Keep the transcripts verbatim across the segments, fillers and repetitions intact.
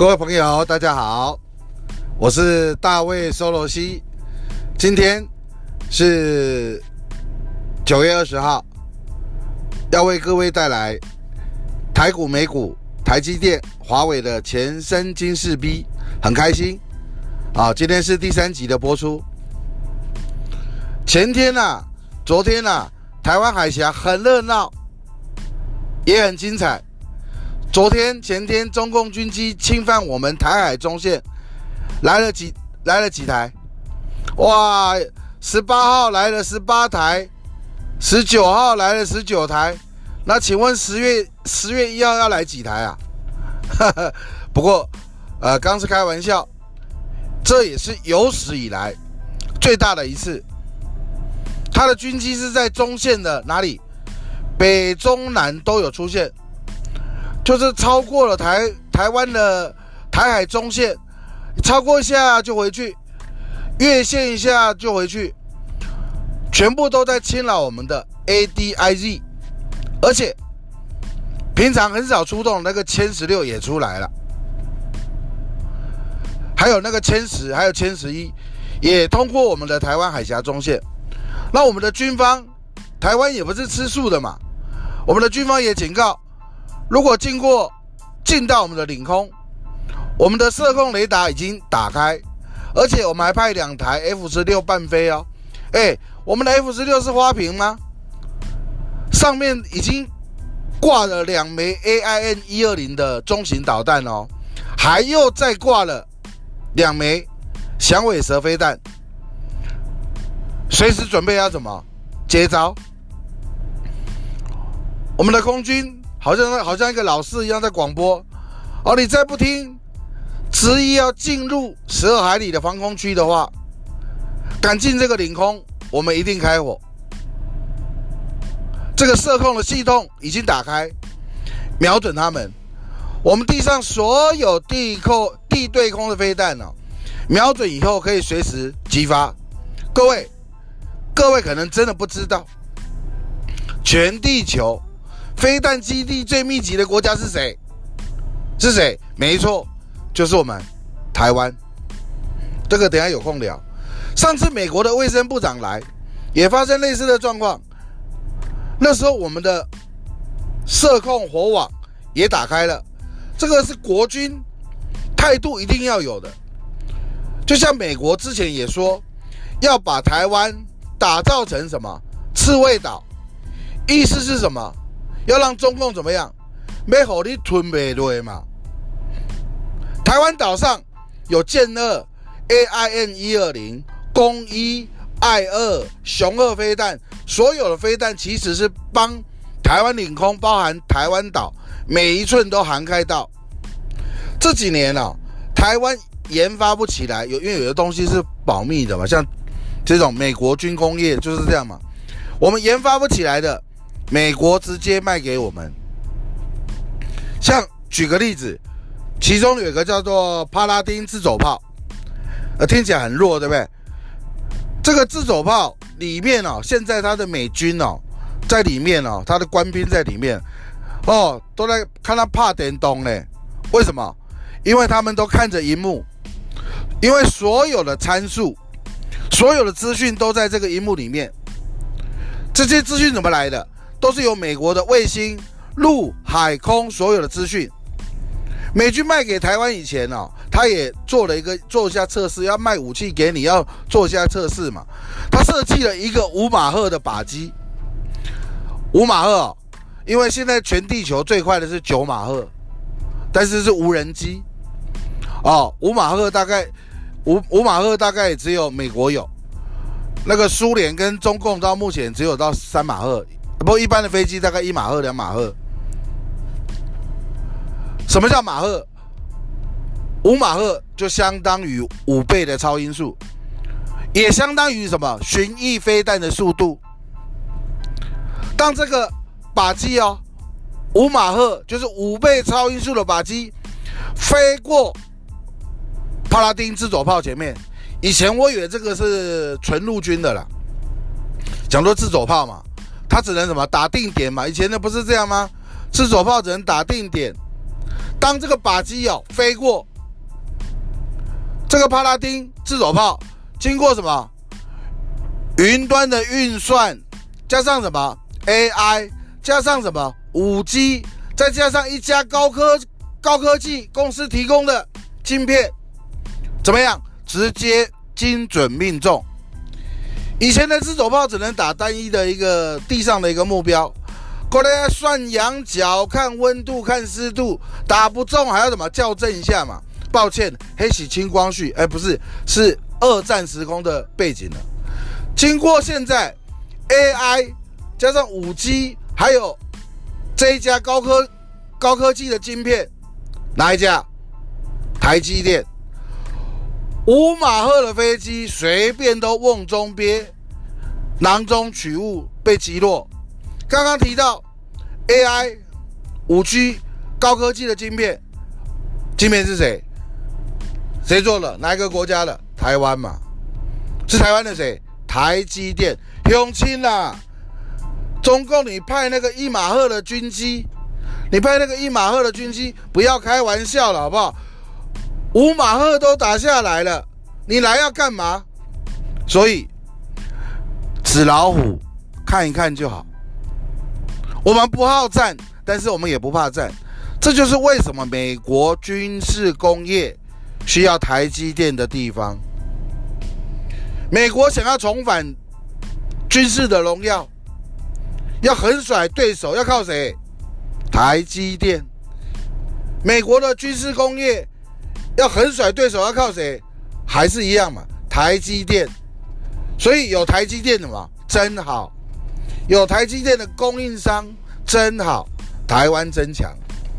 各位朋友，大家好，我是大卫索罗西。今天是九月二十号，要为各位带来台股、美股、台积电、华为的前生今世 B， 很开心啊！今天是第三集的播出。前天啊，昨天啊，台湾海峡很热闹，也很精彩。昨天、前天，中共军机侵犯我们台海中线，来了几来了几台？哇，十八号来了十八台，十九号来了十九台。那请问十月十月一号要来几台啊？不过，呃，刚是开玩笑，这也是有史以来最大的一次。他的军机是在中线的哪里？北中南都有出现。就是超过了台台湾的台海中线，超过一下就回去，越线一下就回去，全部都在侵扰我们的 A D I Z， 而且平常很少出动那个歼十六也出来了，还有那个歼十，还有歼十一也通过我们的台湾海峡中线。那我们的军方，台湾也不是吃素的嘛，我们的军方也警告，如果经过进到我们的领空，我们的射控雷达已经打开，而且我们还派两台 F 十六 伴飞哦。哎，我们的 F 十六 是花瓶吗？上面已经挂了两枚 A I N 一二零 的中型导弹哦，还又再挂了两枚响尾蛇飞弹，随时准备要怎么接招。我们的空军好像好像一个老师一样在广播哦，你再不听，执意要进入十二海里的防空区的话，敢进这个领空，我们一定开火。这个射控的系统已经打开，瞄准他们。我们地上所有地空地对空的飞弹哦，瞄准以后可以随时击发。各位，各位可能真的不知道，全地球飞弹基地最密集的国家是谁？是谁？没错，就是我们台湾。这个等一下有空聊。上次美国的卫生部长来，也发生类似的状况。那时候我们的射控火网也打开了，这个是国军态度一定要有的。就像美国之前也说，要把台湾打造成什么刺猬岛，意思是什么？要让中共怎么样？要让你吞不下嘛。台湾岛上有剑二、A I N 一二零、弓一、爱二、雄二飞弹，所有的飞弹其实是帮台湾领空，包含台湾岛每一寸都涵盖到。这几年啊，台湾研发不起来，有因为有的东西是保密的嘛，像这种美国军工业就是这样嘛，我们研发不起来的，美国直接卖给我们。像举个例子，其中有一个叫做帕拉丁自走炮，呃，听起来很弱，对不对？这个自走炮里面哦，现在它的美军哦，在里面哦，它的官兵在里面哦，都在看他怕电动嘞。为什么？因为他们都看着萤幕，因为所有的参数、所有的资讯都在这个萤幕里面。这些资讯怎么来的？都是由美国的卫星、陆、海、空所有的资讯。美军卖给台湾以前哦，他也做了一个做一下测试，要卖武器给你，要做一下测试嘛。他设计了一个五马赫的靶机，五马赫哦，因为现在全地球最快的是九马赫，但是是无人机哦。五马赫大概五五马赫大概也只有美国有，那个苏联跟中共到目前只有到三马赫，不过一般的飞机大概一马赫、两马赫。什么叫马赫？五马赫就相当于五倍的超音速，也相当于什么巡弋飞弹的速度。当这个靶机哦，五马赫就是五倍超音速的靶机飞过帕拉丁自走炮前面，以前我以为这个是纯陆军的啦，讲说自走炮嘛，它只能什么打定点嘛，以前的不是这样吗？自走炮只能打定点。当这个靶机哦飞过这个帕拉丁自走炮经过什么云端的运算，加上什么 A I， 加上什么 五 G， 再加上一家高科高科技公司提供的晶片，怎么样？直接精准命中。以前的自走炮只能打单一的一个地上的一个目标，过来算仰角、看温度、看湿度，打不中还要怎么校正一下嘛？抱歉，黑喜清光绪，哎，不是，是二战时空的背景了。经过现在 A I 加上 五 G， 还有这一家高科高科技的晶片，哪一家？台积电。五马赫的飞机随便都瓮中鳖，囊中取物被击落。刚刚提到 A I、五 G 高科技的晶片，晶片是谁？谁做的？哪一个国家的？台湾嘛，是台湾的谁？台积电。乡亲啦，中共你派那个一马赫的军机，你派那个一马赫的军机，不要开玩笑了，好不好？五马赫都打下来了，你来要干嘛？所以纸老虎看一看就好。我们不好战，但是我们也不怕战。这就是为什么美国军事工业需要台积电的地方。美国想要重返军事的荣耀，要横甩对手，要靠谁？台积电。美国的军事工业要横甩对手，要靠谁？还是一样嘛，台积电。所以有台积电的嘛，真好；有台积电的供应商真好，台湾真强。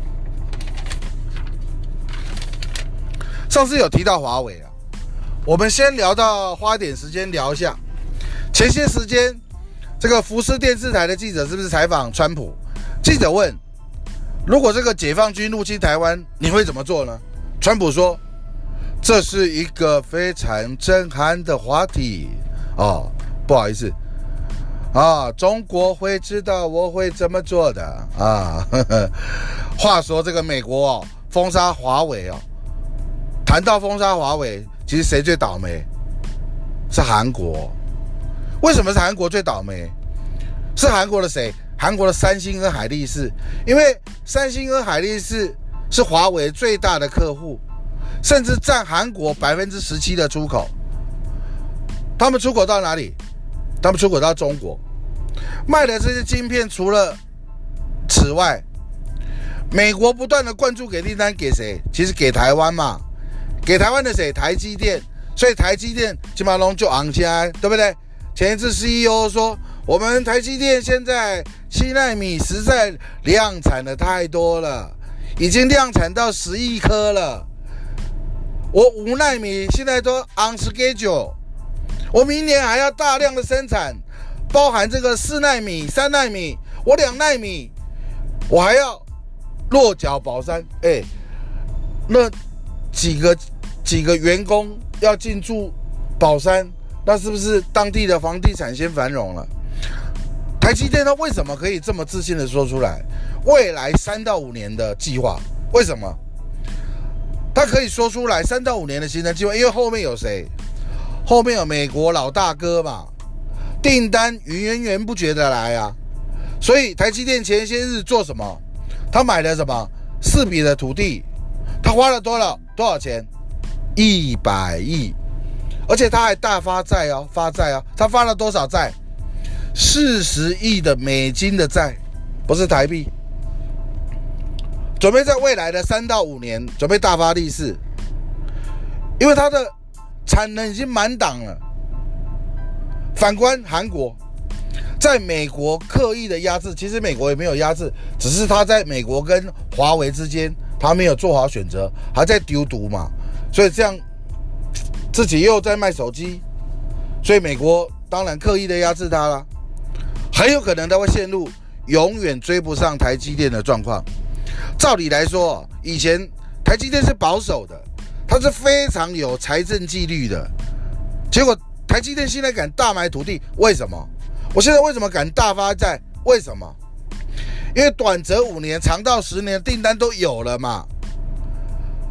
上次有提到华为啊，我们先聊到，花点时间聊一下。前些时间，这个福斯电视台的记者是不是采访川普？记者问：如果这个解放军入侵台湾，你会怎么做呢？川普说：“这是一个非常震撼的话题哦，不好意思啊，中国会知道我会这么做的啊。呵呵”话说这个美国哦，封杀华为哦，谈到封杀华为，其实谁最倒霉？是韩国。为什么是韩国最倒霉？是韩国的谁？韩国的三星跟海力士，因为三星跟海力士是华为最大的客户，甚至占韩国 百分之十七 的出口。他们出口到哪里？他们出口到中国。卖的这些晶片，除了此外，美国不断的灌注给订单给谁？其实给台湾嘛，给台湾的谁？台积电。所以台积电金马龙就昂起来，对不对？前一次 C E O 说，我们台积电现在七奈米实在量产的太多了，已经量产到十亿颗了。我五奈米现在都 on schedule， 我明年还要大量的生产，包含这个四奈米、三奈米，我两奈米，我还要落脚宝山。哎，那几个几个员工要进驻宝山，那是不是当地的房地产先繁荣了？台积电它为什么可以这么自信的说出来未来三到五年的计划？为什么它可以说出来三到五年的行程计划？因为后面有谁？后面有美国老大哥嘛，订单源源不绝的来啊。所以台积电前些日做什么？他买了什么四笔的土地，他花了多少多少钱？一百亿，而且他还大发债哦，发债哦，他发了多少债？四十亿的美金的债，不是台币。准备在未来的三到五年准备大发利市，因为它的产能已经满档了。反观韩国，在美国刻意的压制，其实美国也没有压制，只是他在美国跟华为之间，他没有做好选择，还在丢毒嘛，所以这样自己又在卖手机，所以美国当然刻意的压制他了，很有可能他会陷入永远追不上台积电的状况。照理来说，以前台积电是保守的，它是非常有财政纪律的。结果台积电现在敢大买土地，为什么？我现在为什么敢大发债？为什么？因为短则五年，长到十年订单都有了嘛。而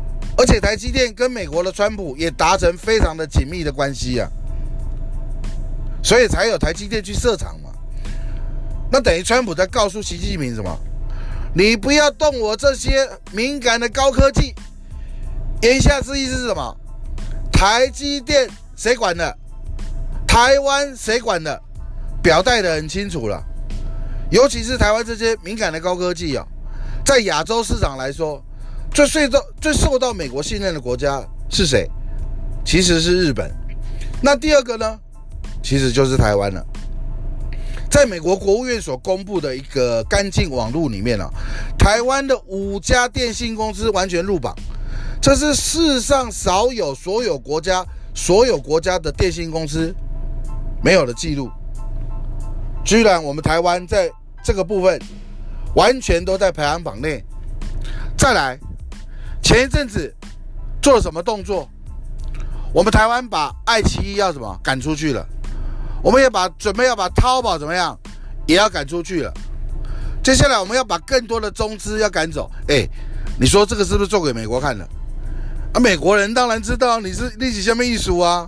而且台积电跟美国的川普也达成非常的紧密的关系啊，所以才有台积电去设厂嘛。那等于川普在告诉习近平什么？你不要动我这些敏感的高科技。言下之意是什么？台积电谁管的？台湾谁管的？表态的很清楚了。尤其是台湾这些敏感的高科技啊，在亚洲市场来说，最受到最受到美国信任的国家是谁？其实是日本。那第二个呢？其实就是台湾了。在美国国务院所公布的一个干净网路里面啊，台湾的五家电信公司完全入榜，这是世上少有所有国家所有国家的电信公司没有的记录。居然我们台湾在这个部分完全都在排行榜内。再来，前一阵子做了什么动作？我们台湾把爱奇艺要什么赶出去了，我们也把准备要把淘宝怎么样也要赶出去了。接下来我们要把更多的中资要赶走。哎，你说这个是不是做给美国看的？啊，美国人当然知道你是立起下面艺术啊，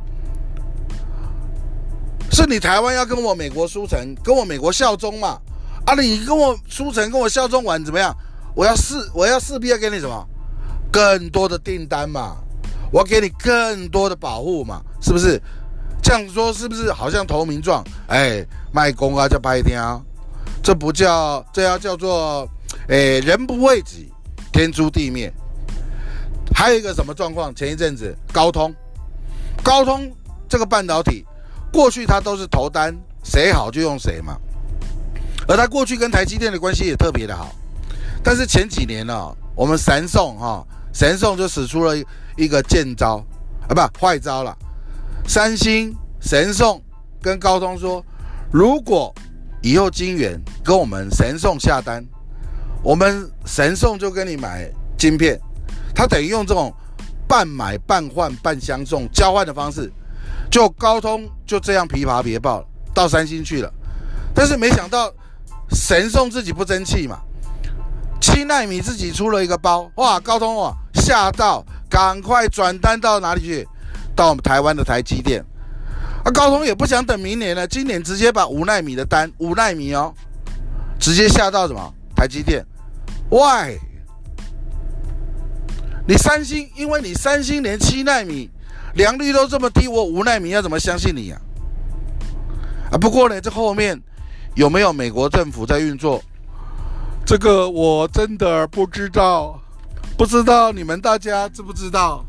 是你台湾要跟我美国输诚，跟我美国效忠嘛。啊，你跟我输诚，跟我效忠完怎么样？我要势我要势必要给你什么？更多的订单嘛，我要给你更多的保护嘛，是不是？这样说是不是好像投名状？哎，卖公啊叫白天啊，这不叫，这要叫做，哎，人不为己，天诛地灭。还有一个什么状况？前一阵子高通，高通这个半导体，过去它都是投单，谁好就用谁嘛。而它过去跟台积电的关系也特别的好，但是前几年呢、哦，我们神送哈，神送就使出了一个贱招啊，不坏招了。三星、神送跟高通说，如果以后晶圆跟我们神送下单，我们神送就跟你买晶片，他等于用这种半买半换半相送交换的方式，就高通就这样琵琶别抱到三星去了。但是没想到神送自己不争气嘛，七奈米自己出了一个包，哇，高通啊吓到，赶快转单到哪里去？到我们台湾的台积电。啊，高通也不想等明年了，今年直接把五奈米的单，五奈米哦，直接下到什么台积电 ？Why？ 你三星，因为你三星连七奈米良率都这么低，我五奈米要怎么相信你啊？啊，不过呢，这后面有没有美国政府在运作？这个我真的不知道，不知道你们大家知不知道？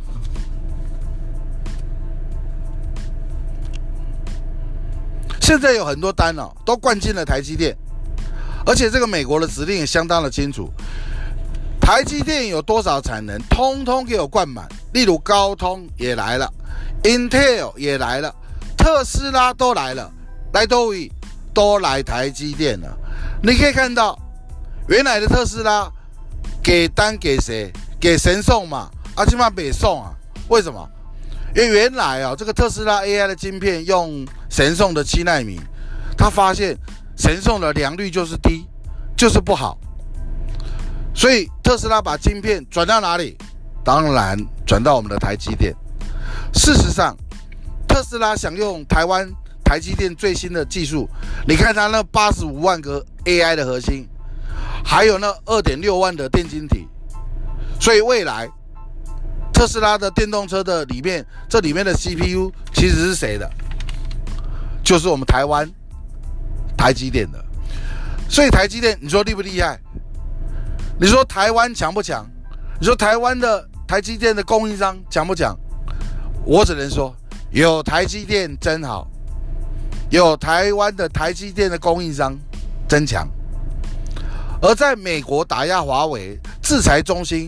现在有很多单哦，都灌进了台积电，而且这个美国的指令也相当的清楚，台积电有多少产能，通通给我灌满。例如高通也来了 ，Intel 也来了，特斯拉都来了，来都位都来台积电了。你可以看到，原来的特斯拉给单给谁？给神送嘛，啊，起码北送啊？为什么？因为原来啊，这个特斯拉 A I 的晶片用神送的七奈米，他发现神送的良率就是低，就是不好，所以特斯拉把晶片转到哪里？当然转到我们的台积电。事实上，特斯拉想用台湾台积电最新的技术，你看它那八十五万个 A I 的核心，还有那 二点六万的电晶体，所以未来特斯拉的电动车的里面，这里面的 C P U 其实是谁的？就是我们台湾台积电的。所以台积电，你说厉不厉害？你说台湾强不强？你说台湾的台积电的供应商强不强？我只能说，有台积电真好，有台湾的台积电的供应商真强。而在美国打压华为、制裁中兴，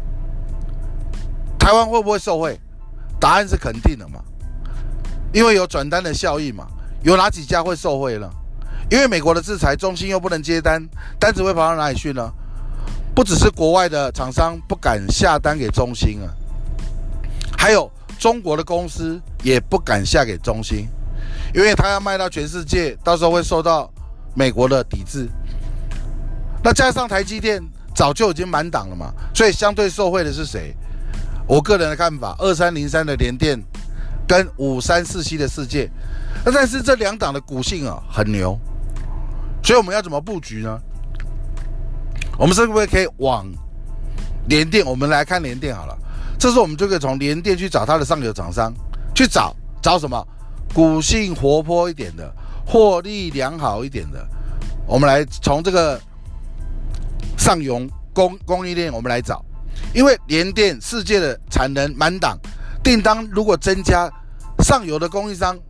台湾会不会受惠？答案是肯定的嘛，因为有转单的效益嘛。有哪几家会受惠呢？因为美国的制裁，中兴又不能接单，单子会跑到哪里去呢？不只是国外的厂商不敢下单给中兴啊，还有中国的公司也不敢下给中兴，因为他要卖到全世界，到时候会受到美国的抵制。那加上台积电早就已经满档了嘛，所以相对受惠的是谁？ 我个人的看法，二三零三的联电跟五三四七的世界，那但是这两档的股性啊很牛，所以我们要怎么布局呢？我们是不是可以往联电？我们来看联电好了，这时候我们就可以从联电去找它的上游厂商，去找找什么股性活泼一点的，获利良好一点的。我们来从这个上游供供应链，我们来找。因为联电世界的产能满档，订单如果增加，上游的供应商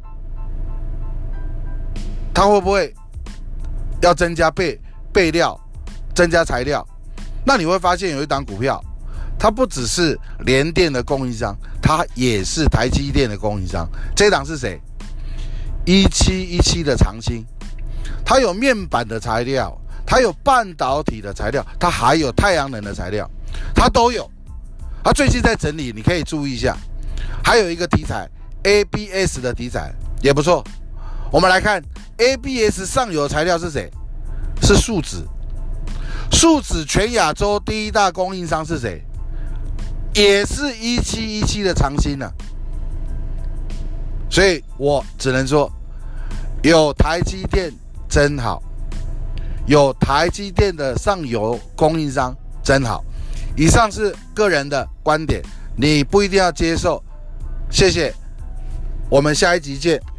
他会不会要增加备备料、增加材料？那你会发现有一档股票，它不只是联电的供应商，它也是台积电的供应商。这一档是谁？一七一七的长兴，它有面板的材料，它有半导体的材料，它还有太阳能的材料。它都有，它最近在整理，你可以注意一下。还有一个题材 A B S 的题材也不错。我们来看 A B S 上游材料是谁？是树脂。树脂全亚洲第一大供应商是谁？也是一七一七的长兴啊。所以我只能说，有台积电真好，有台积电的上游供应商真好。以上是个人的观点，你不一定要接受。谢谢，我们下一集见。